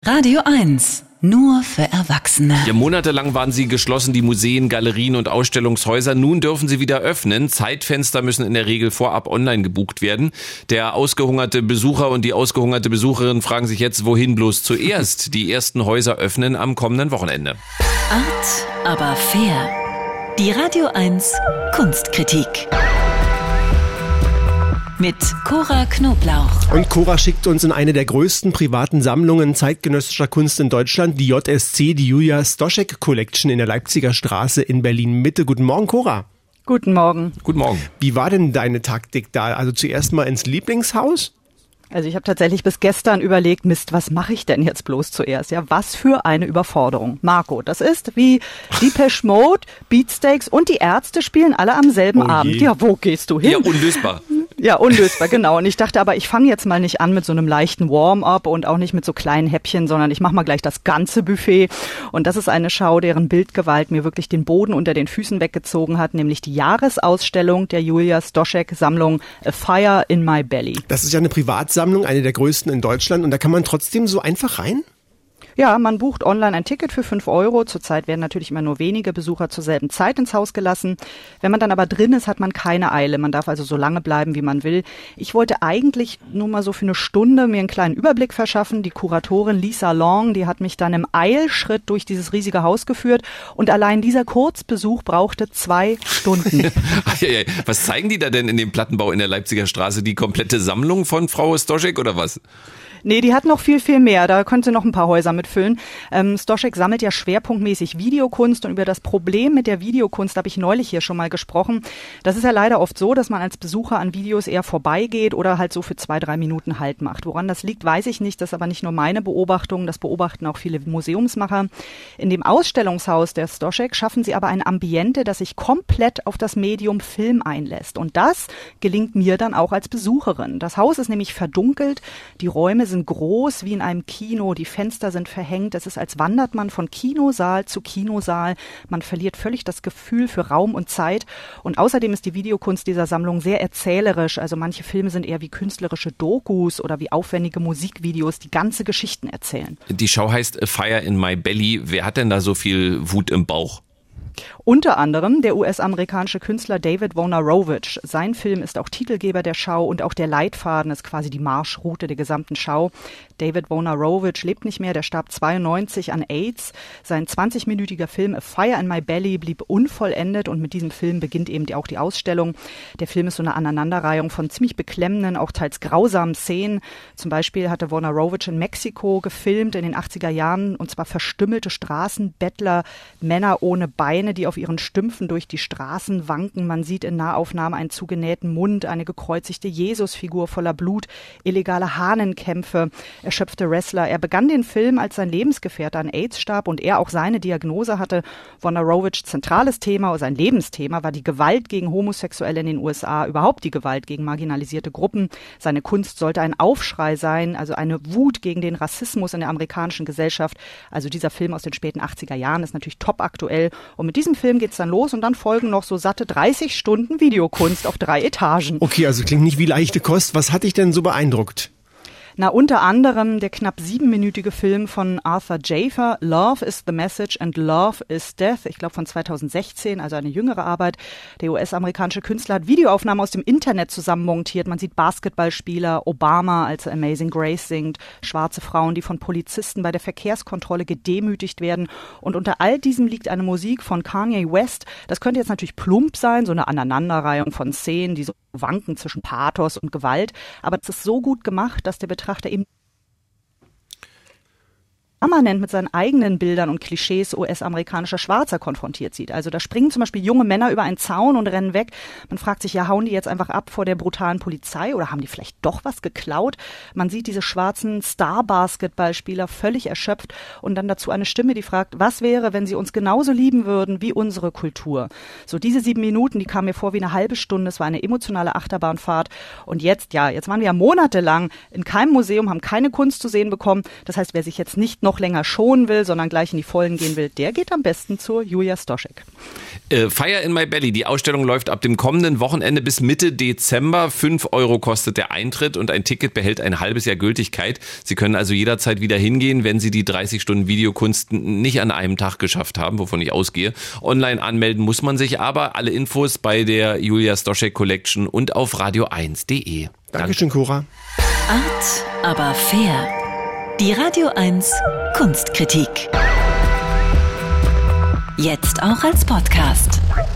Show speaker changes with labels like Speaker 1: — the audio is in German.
Speaker 1: Radio 1, nur für Erwachsene.
Speaker 2: Ja, monatelang waren sie geschlossen, die Museen, Galerien und Ausstellungshäuser. Nun dürfen sie wieder öffnen. Zeitfenster müssen in der Regel vorab online gebucht werden. Der ausgehungerte Besucher und die ausgehungerte Besucherin fragen sich jetzt, wohin bloß zuerst? Die ersten Häuser öffnen am kommenden Wochenende.
Speaker 1: Art, aber fair. Die Radio 1 Kunstkritik. Mit Cora Knoblauch.
Speaker 3: Und Cora schickt uns in eine der größten privaten Sammlungen zeitgenössischer Kunst in Deutschland, die JSC, die Julia Stoschek Collection in der Leipziger Straße in Berlin-Mitte. Guten Morgen, Cora.
Speaker 4: Guten Morgen.
Speaker 2: Guten Morgen.
Speaker 3: Wie war denn deine Taktik da? Also zuerst mal ins Lieblingshaus?
Speaker 4: Also ich habe tatsächlich bis gestern überlegt, Mist, was mache ich denn jetzt bloß zuerst? Ja, was für eine Überforderung. Marco, das ist wie Depeche Mode, Beatsteaks und die Ärzte spielen alle am selben Abend. Ja, wo gehst du hin?
Speaker 2: Ja, unlösbar.
Speaker 4: Ja, unlösbar, genau. Und ich dachte aber, ich fange jetzt mal nicht an mit so einem leichten Warm-up und auch nicht mit so kleinen Häppchen, sondern ich mache mal gleich das ganze Buffet. Und das ist eine Schau, deren Bildgewalt mir wirklich den Boden unter den Füßen weggezogen hat, nämlich die Jahresausstellung der Julia Stoschek Sammlung A Fire in My Belly.
Speaker 3: Das ist ja eine Privatsammlung, eine der größten in Deutschland. Und da kann man trotzdem so einfach rein?
Speaker 4: Ja, man bucht online ein Ticket für 5 €. Zurzeit werden natürlich immer nur wenige Besucher zur selben Zeit ins Haus gelassen. Wenn man dann aber drin ist, hat man keine Eile. Man darf also so lange bleiben, wie man will. Ich wollte eigentlich nur mal so für eine Stunde mir einen kleinen Überblick verschaffen. Die Kuratorin Lisa Long, die hat mich dann im Eilschritt durch dieses riesige Haus geführt. Und allein dieser Kurzbesuch brauchte 2 Stunden.
Speaker 2: Was zeigen die da denn in dem Plattenbau in der Leipziger Straße? Die komplette Sammlung von Frau Stoschek oder was?
Speaker 4: Nee, die hat noch viel, viel mehr. Da könnte noch ein paar Häuser mitfüllen. Stoschek sammelt ja schwerpunktmäßig Videokunst und über das Problem mit der Videokunst habe ich neulich hier schon mal gesprochen. Das ist ja leider oft so, dass man als Besucher an Videos eher vorbeigeht oder halt so für 2-3 Minuten Halt macht. Woran das liegt, weiß ich nicht. Das ist aber nicht nur meine Beobachtung, das beobachten auch viele Museumsmacher. In dem Ausstellungshaus der Stoschek schaffen sie aber ein Ambiente, das sich komplett auf das Medium Film einlässt. Und das gelingt mir dann auch als Besucherin. Das Haus ist nämlich verdunkelt, die Räume sind groß wie in einem Kino, die Fenster sind verhängt. Es ist, als wandert man von Kinosaal zu Kinosaal. Man verliert völlig das Gefühl für Raum und Zeit. Und außerdem ist die Videokunst dieser Sammlung sehr erzählerisch. Also manche Filme sind eher wie künstlerische Dokus oder wie aufwendige Musikvideos, die ganze Geschichten erzählen.
Speaker 2: Die Schau heißt A Fire in My Belly. Wer hat denn da so viel Wut im Bauch?
Speaker 4: Unter anderem der US-amerikanische Künstler David Wojnarowicz. Sein Film ist auch Titelgeber der Schau und auch der Leitfaden ist quasi die Marschroute der gesamten Schau. David Wojnarowicz lebt nicht mehr, der starb 92 an AIDS. Sein 20-minütiger Film A Fire in My Belly blieb unvollendet und mit diesem Film beginnt eben auch die Ausstellung. Der Film ist so eine Aneinanderreihung von ziemlich beklemmenden, auch teils grausamen Szenen. Zum Beispiel hatte Wojnarowicz in Mexiko gefilmt in den 80er Jahren und zwar verstümmelte Straßenbettler, Männer ohne Beine, die auf ihren Stümpfen durch die Straßen wanken. Man sieht in Nahaufnahme einen zugenähten Mund, eine gekreuzigte Jesusfigur voller Blut, illegale Hahnenkämpfe, erschöpfte Wrestler. Er begann den Film, als sein Lebensgefährte an AIDS starb und er auch seine Diagnose hatte. Wojnarowicz' zentrales Thema, sein Lebensthema war die Gewalt gegen Homosexuelle in den USA, überhaupt die Gewalt gegen marginalisierte Gruppen. Seine Kunst sollte ein Aufschrei sein, also eine Wut gegen den Rassismus in der amerikanischen Gesellschaft. Also dieser Film aus den späten 80er Jahren ist natürlich top aktuell. Und mit diesem Film geht's dann los und dann folgen noch so satte 30 Stunden Videokunst auf 3 Etagen.
Speaker 3: Okay, also klingt nicht wie leichte Kost. Was hat dich denn so beeindruckt?
Speaker 4: Na, unter anderem der knapp 7-minütige Film von Arthur Jafer, Love is the Message and Love is Death, ich glaube von 2016, also eine jüngere Arbeit. Der US-amerikanische Künstler hat Videoaufnahmen aus dem Internet zusammenmontiert. Man sieht Basketballspieler, Obama, als er Amazing Grace singt, schwarze Frauen, die von Polizisten bei der Verkehrskontrolle gedemütigt werden. Und unter all diesem liegt eine Musik von Kanye West. Das könnte jetzt natürlich plump sein, so eine Aneinanderreihung von Szenen, die so wanken zwischen Pathos und Gewalt. Aber es ist so gut gemacht, dass der Betrachter eben permanent mit seinen eigenen Bildern und Klischees US-amerikanischer Schwarzer konfrontiert sieht. Also da springen zum Beispiel junge Männer über einen Zaun und rennen weg. Man fragt sich, ja, hauen die jetzt einfach ab vor der brutalen Polizei oder haben die vielleicht doch was geklaut? Man sieht diese schwarzen Star-Basketballspieler völlig erschöpft und dann dazu eine Stimme, die fragt, was wäre, wenn sie uns genauso lieben würden wie unsere Kultur? So diese 7 Minuten, die kamen mir vor wie eine halbe Stunde. Es war eine emotionale Achterbahnfahrt. Und jetzt waren wir ja monatelang in keinem Museum, haben keine Kunst zu sehen bekommen. Das heißt, wer sich jetzt nicht noch noch länger schonen will, sondern gleich in die Vollen gehen will, der geht am besten zur Julia Stoschek.
Speaker 2: Fire in My Belly, die Ausstellung läuft ab dem kommenden Wochenende bis Mitte Dezember. 5 € kostet der Eintritt und ein Ticket behält ein halbes Jahr Gültigkeit. Sie können also jederzeit wieder hingehen, wenn Sie die 30 Stunden Videokunst nicht an einem Tag geschafft haben, wovon ich ausgehe. Online anmelden muss man sich aber. Alle Infos bei der Julia Stoschek Collection und auf radio1.de.
Speaker 3: Dankeschön, Cora.
Speaker 1: Art, aber fair. Die Radio 1 Kunstkritik. Jetzt auch als Podcast.